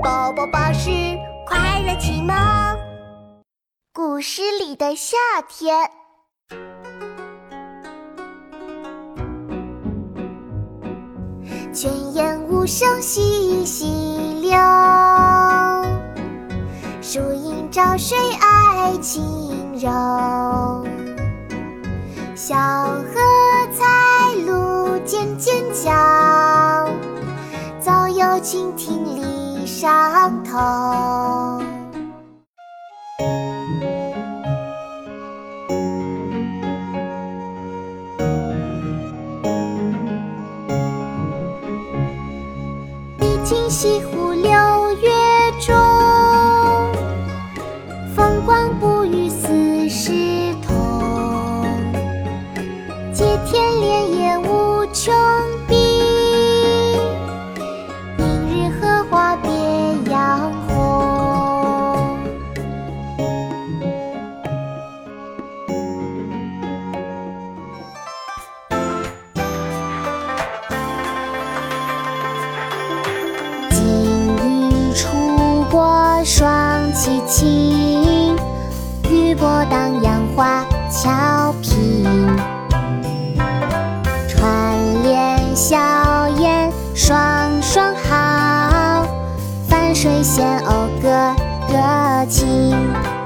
宝宝巴士快乐启蒙。故事里的夏天。泉眼无声惜细流，树阴照水爱晴柔。小荷才露尖尖角，早有蜻蜓立上头。一听西湖六月中，风光不与四时同。接天莲叶无穷碧，映日荷花别样红。金鱼出国双栖情，玉波荡漾花俏萍。串联笑颜双双好，泛水仙鸥个个情。